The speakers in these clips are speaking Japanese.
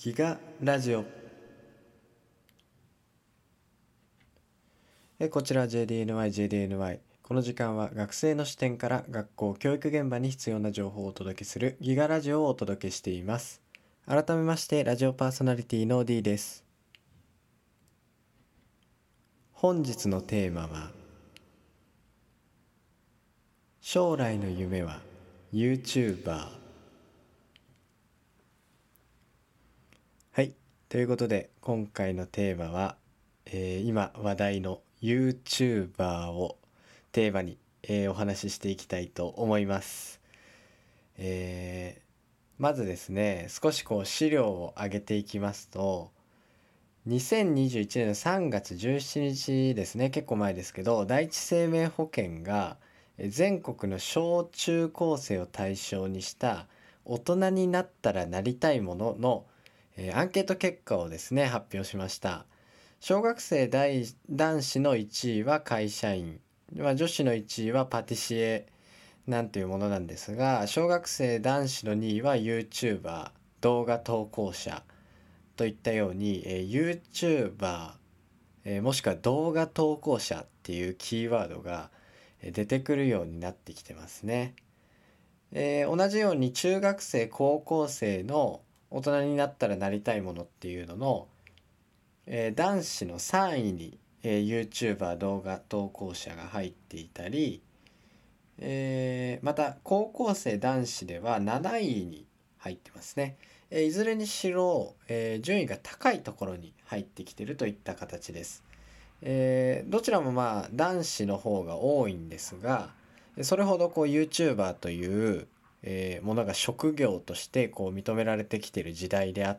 ギガラジオ。こちら JDNY。この時間は学生の視点から学校教育現場に必要な情報をお届けするギガラジオをお届けしています。改めましてラジオパーソナリティの D です。本日のテーマは、将来の夢は YouTuber。 はい、ということで今回のテーマは、今話題の YouTuber をテーマに、お話ししていきたいと思います。まずですね、少し資料を上げていきますと、2021年の3月17日ですね、結構前ですけど、第一生命保険が全国の小中高生を対象にした大人になったらなりたいもののアンケート結果をですね、発表しました。小学生男子の1位は会社員、女子の1位はパティシエなんていうものなんですが、小学生男子の2位は YouTuber、動画投稿者といったように、YouTuber、もしくは動画投稿者っていうキーワードが出てくるようになってきてますね。同じように中学生高校生の大人になったらなりたいものっていうのの、男子の3位に、YouTuber 動画投稿者が入っていたり、また高校生男子では7位に入ってますね。いずれにしろ、順位が高いところに入ってきているといった形です。どちらも男子の方が多いんですが、それほどYouTuber という、ものが職業として認められてきている時代であって、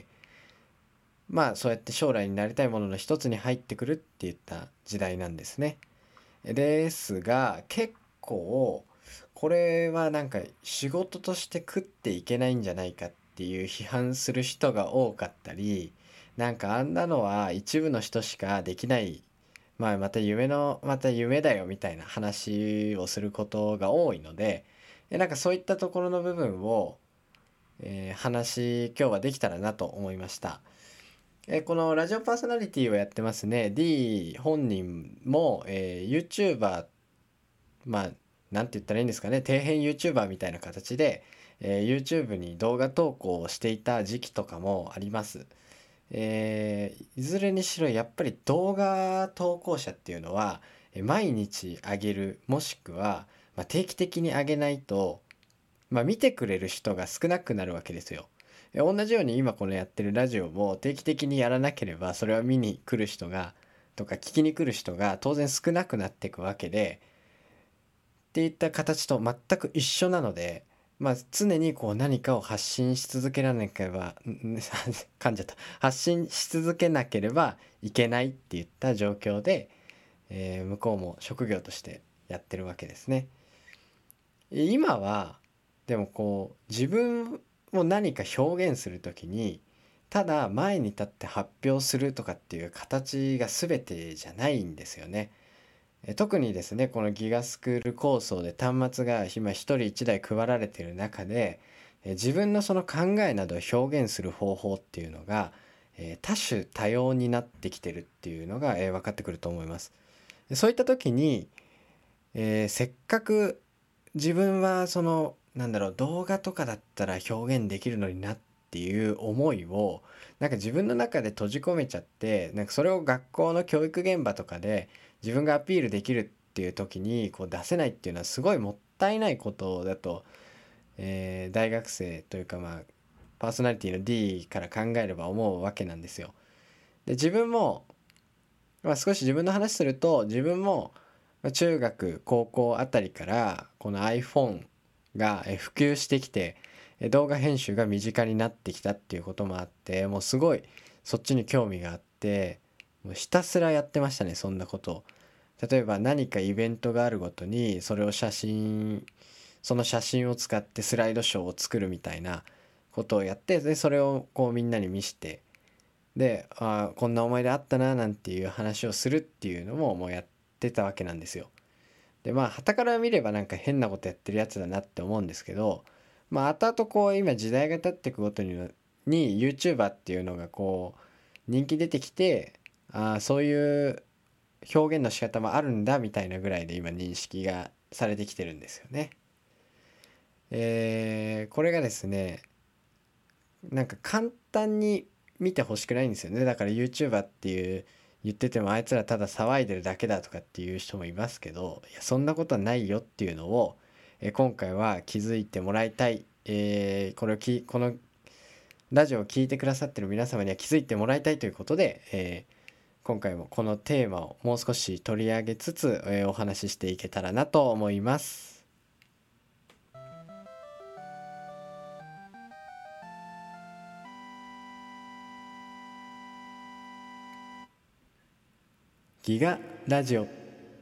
そうやって将来になりたいものの一つに入ってくるっていった時代なんですね。ですが結構これは仕事として食っていけないんじゃないかっていう批判する人が多かったり、あんなのは一部の人しかできない、また夢だよみたいな話をすることが多いので、そういったところの部分を、今日はできたらなと思いました。このラジオパーソナリティをやってますね D 本人も、YouTuber、なんて言ったらいいんですかね、底辺 YouTuber みたいな形で、YouTube に動画投稿をしていた時期とかもあります。いずれにしろやっぱり動画投稿者っていうのは毎日上げる、もしくは、定期的に上げないと、見てくれる人が少なくなるわけですよ。同じように今このやってるラジオも定期的にやらなければ、それは見に来る人がとか聞きに来る人が当然少なくなっていくわけで、っていった形と全く一緒なので、常に何かを発信し続けらなければ噛んじゃった発信し続けなければいけないっていった状況で、向こうも職業としてやってるわけですね。今はでも自分を何か表現するときに、ただ前に立って発表するとかっていう形が全てじゃないんですよね。特にですね、このギガスクール構想で端末が今一人一台配られている中で、自分のその考えなどを表現する方法っていうのが、多種多様になってきてるっていうのが、分かってくると思います。そういった時に、せっかく自分は動画とかだったら表現できるのになっていう思いを自分の中で閉じ込めちゃって、それを学校の教育現場とかで自分がアピールできるっていう時に出せないっていうのはすごいもったいないことだと、大学生というかパーソナリティの D から考えれば思うわけなんですよ。で自分も、少し自分の話すると、自分も中学高校あたりからこの iPhone が普及してきて、動画編集が身近になってきたっていうこともあって、もうすごいそっちに興味があって、もうひたすらやってましたね、そんなことを。例えば何かイベントがあるごとにその写真を使ってスライドショーを作るみたいなことをやって、でそれをみんなに見して、で、こんな思い出あったななんていう話をするっていうのももうやってたわけなんですよ。で傍から見れば変なことやってるやつだなって思うんですけど、後々今時代が経っていくごとにに YouTuber っていうのがこう人気出てきて、そういう表現の仕方もあるんだみたいなぐらいで今認識がされてきてるんですよね。これがですね、なんか簡単に見てほしくないんですよね。だから YouTuber っていう言っててもあいつらただ騒いでるだけだとかっていう人もいますけど、いやそんなことはないよっていうのを、今回は気づいてもらいたい、このラジオを聞いてくださってる皆様には気づいてもらいたいということで、今回もこのテーマをもう少し取り上げつつ、お話ししていけたらなと思います。ギガラジオ。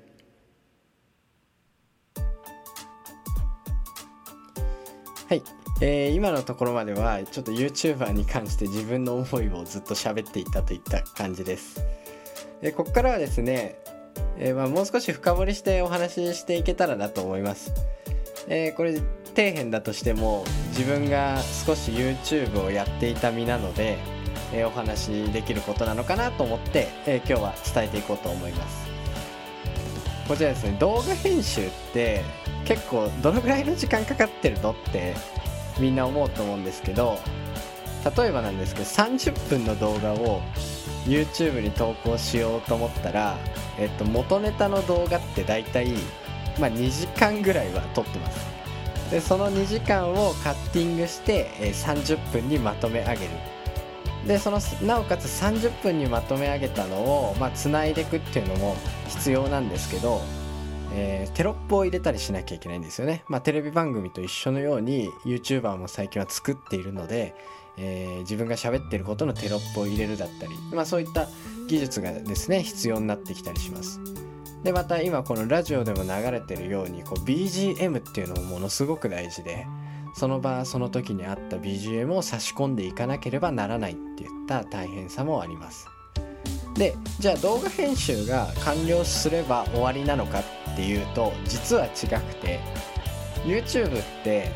はい、今のところまではちょっと YouTuber に関して自分の思いをずっと喋っていたといった感じです。ここからはですね、もう少し深掘りしてお話ししていけたらなと思います。これ底辺だとしても自分が少し YouTube をやっていた身なので、お話しできることなのかなと思って、今日は伝えていこうと思います。こちらですね、動画編集って結構どのぐらいの時間かかってるのってみんな思うと思うんですけど、例えばなんですけど30分の動画を YouTube に投稿しようと思ったら、元ネタの動画ってだいたい2時間ぐらいは撮ってます。でその2時間をカッティングして、30分にまとめ上げる。でそのなおかつ30分にまとめ上げたのをつないでいくっていうのも必要なんですけど、テロップを入れたりしなきゃいけないんですよね。テレビ番組と一緒のように YouTuber も最近は作っているので、自分が喋っていることのテロップを入れるだったり、そういった技術がですね必要になってきたりします。でまた今このラジオでも流れてるようにBGM っていうのもものすごく大事で、その場その時に合った BGM を差し込んでいかなければならないっていった大変さもあります。でじゃあ動画編集が完了すれば終わりなのかっていうと実は違くて、 YouTube って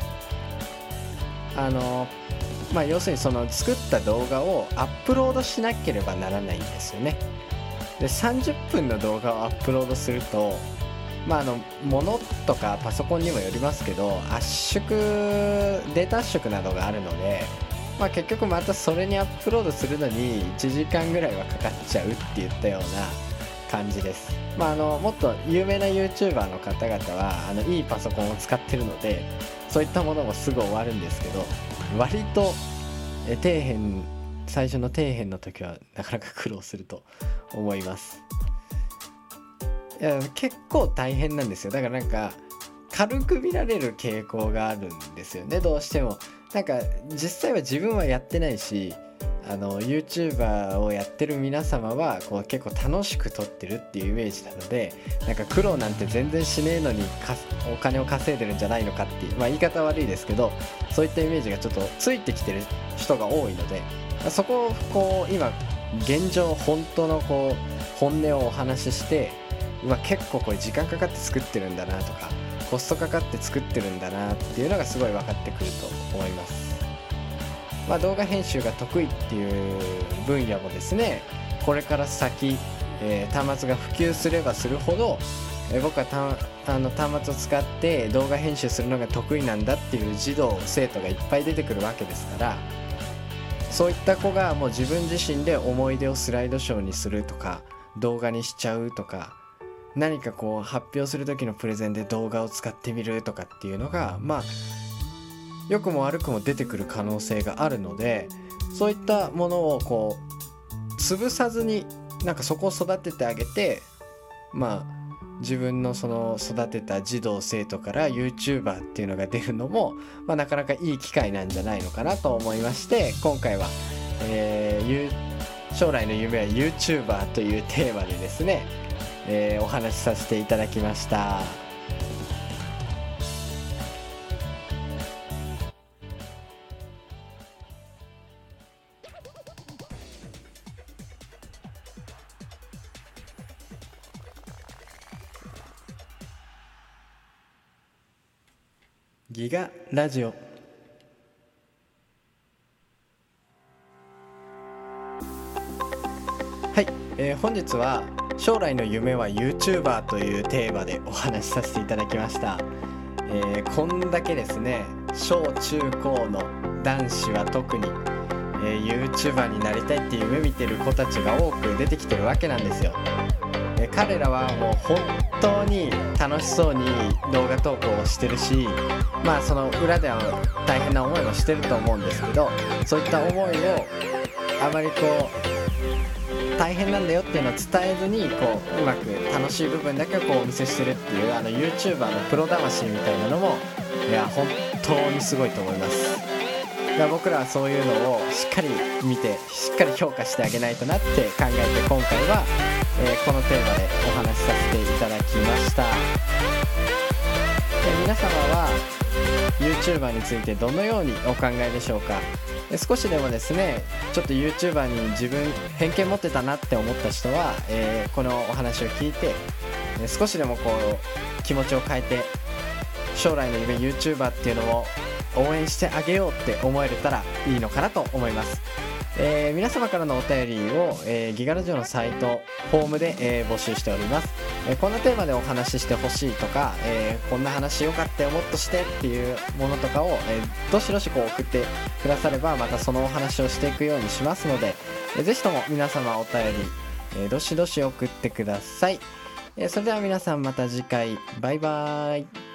要するにその作った動画をアップロードしなければならないんですよね。で30分の動画をアップロードすると、物とかパソコンにもよりますけど圧縮データ圧縮などがあるので、結局またそれにアップロードするのに1時間ぐらいはかかっちゃうっていったような感じです。もっと有名な YouTuber の方々はいいパソコンを使ってるのでそういったものもすぐ終わるんですけど、割と最初の底辺の時はなかなか苦労すると思います。いや結構大変なんですよ。だから軽く見られる傾向があるんですよね、どうしても。実際は自分はやってないし、YouTuber をやってる皆様は結構楽しく撮ってるっていうイメージなので、苦労なんて全然しねえのにお金を稼いでるんじゃないのかっていう、言い方悪いですけどそういったイメージがちょっとついてきてる人が多いので、そこを今現状本当の本音をお話しして、結構これ時間かかって作ってるんだなとかコストかかって作ってるんだなっていうのがすごい分かってくると思います。動画編集が得意っていう分野もですね、これから先、端末が普及すればするほど、僕は端末を使って動画編集するのが得意なんだっていう児童生徒がいっぱい出てくるわけですから、そういった子がもう自分自身で思い出をスライドショーにするとか動画にしちゃうとか、何か発表する時のプレゼンで動画を使ってみるとかっていうのが良くも悪くも出てくる可能性があるので、そういったものを潰さずにそこを育ててあげて、自分のその育てた児童生徒から YouTuber っていうのが出るのも、なかなかいい機会なんじゃないのかなと思いまして、今回は、将来の夢は YouTuber というテーマでですね、お話しさせていただきました。ギガラジオ。 はい、本日は将来の夢は YouTuber というテーマでお話しさせていただきました。こんだけですね、小中高の男子は特に、YouTuber になりたいっていう夢見てる子たちが多く出てきてるわけなんですよ。彼らはもう本当に楽しそうに動画投稿をしてるし、まあその裏では大変な思いもしてると思うんですけど、そういった思いをあまり大変なんだよっていうのを伝えずにうまく楽しい部分だけをお見せしてるっていうYouTuber のプロ魂みたいなのも本当にすごいと思います。僕らはそういうのをしっかり見てしっかり評価してあげないとなって考えて、今回は、このテーマでお話しさせていただきました。皆様は YouTuber についてどのようにお考えでしょうか。少しでもですね、ちょっと YouTuber に自分偏見持ってたなって思った人は、このお話を聞いて少しでも気持ちを変えて、将来の夢 YouTuber っていうのを応援してあげようって思えたらいいのかなと思います。皆様からのお便りを、ギガラジオのサイトフォームで、募集しております。こんなテーマでお話ししてほしいとか、こんな話よかったよもっとしてっていうものとかを、どしどし送ってくだされば、またそのお話をしていくようにしますので、ぜひとも皆様お便り、どしどし送ってください。それでは皆さんまた次回、バイバーイ。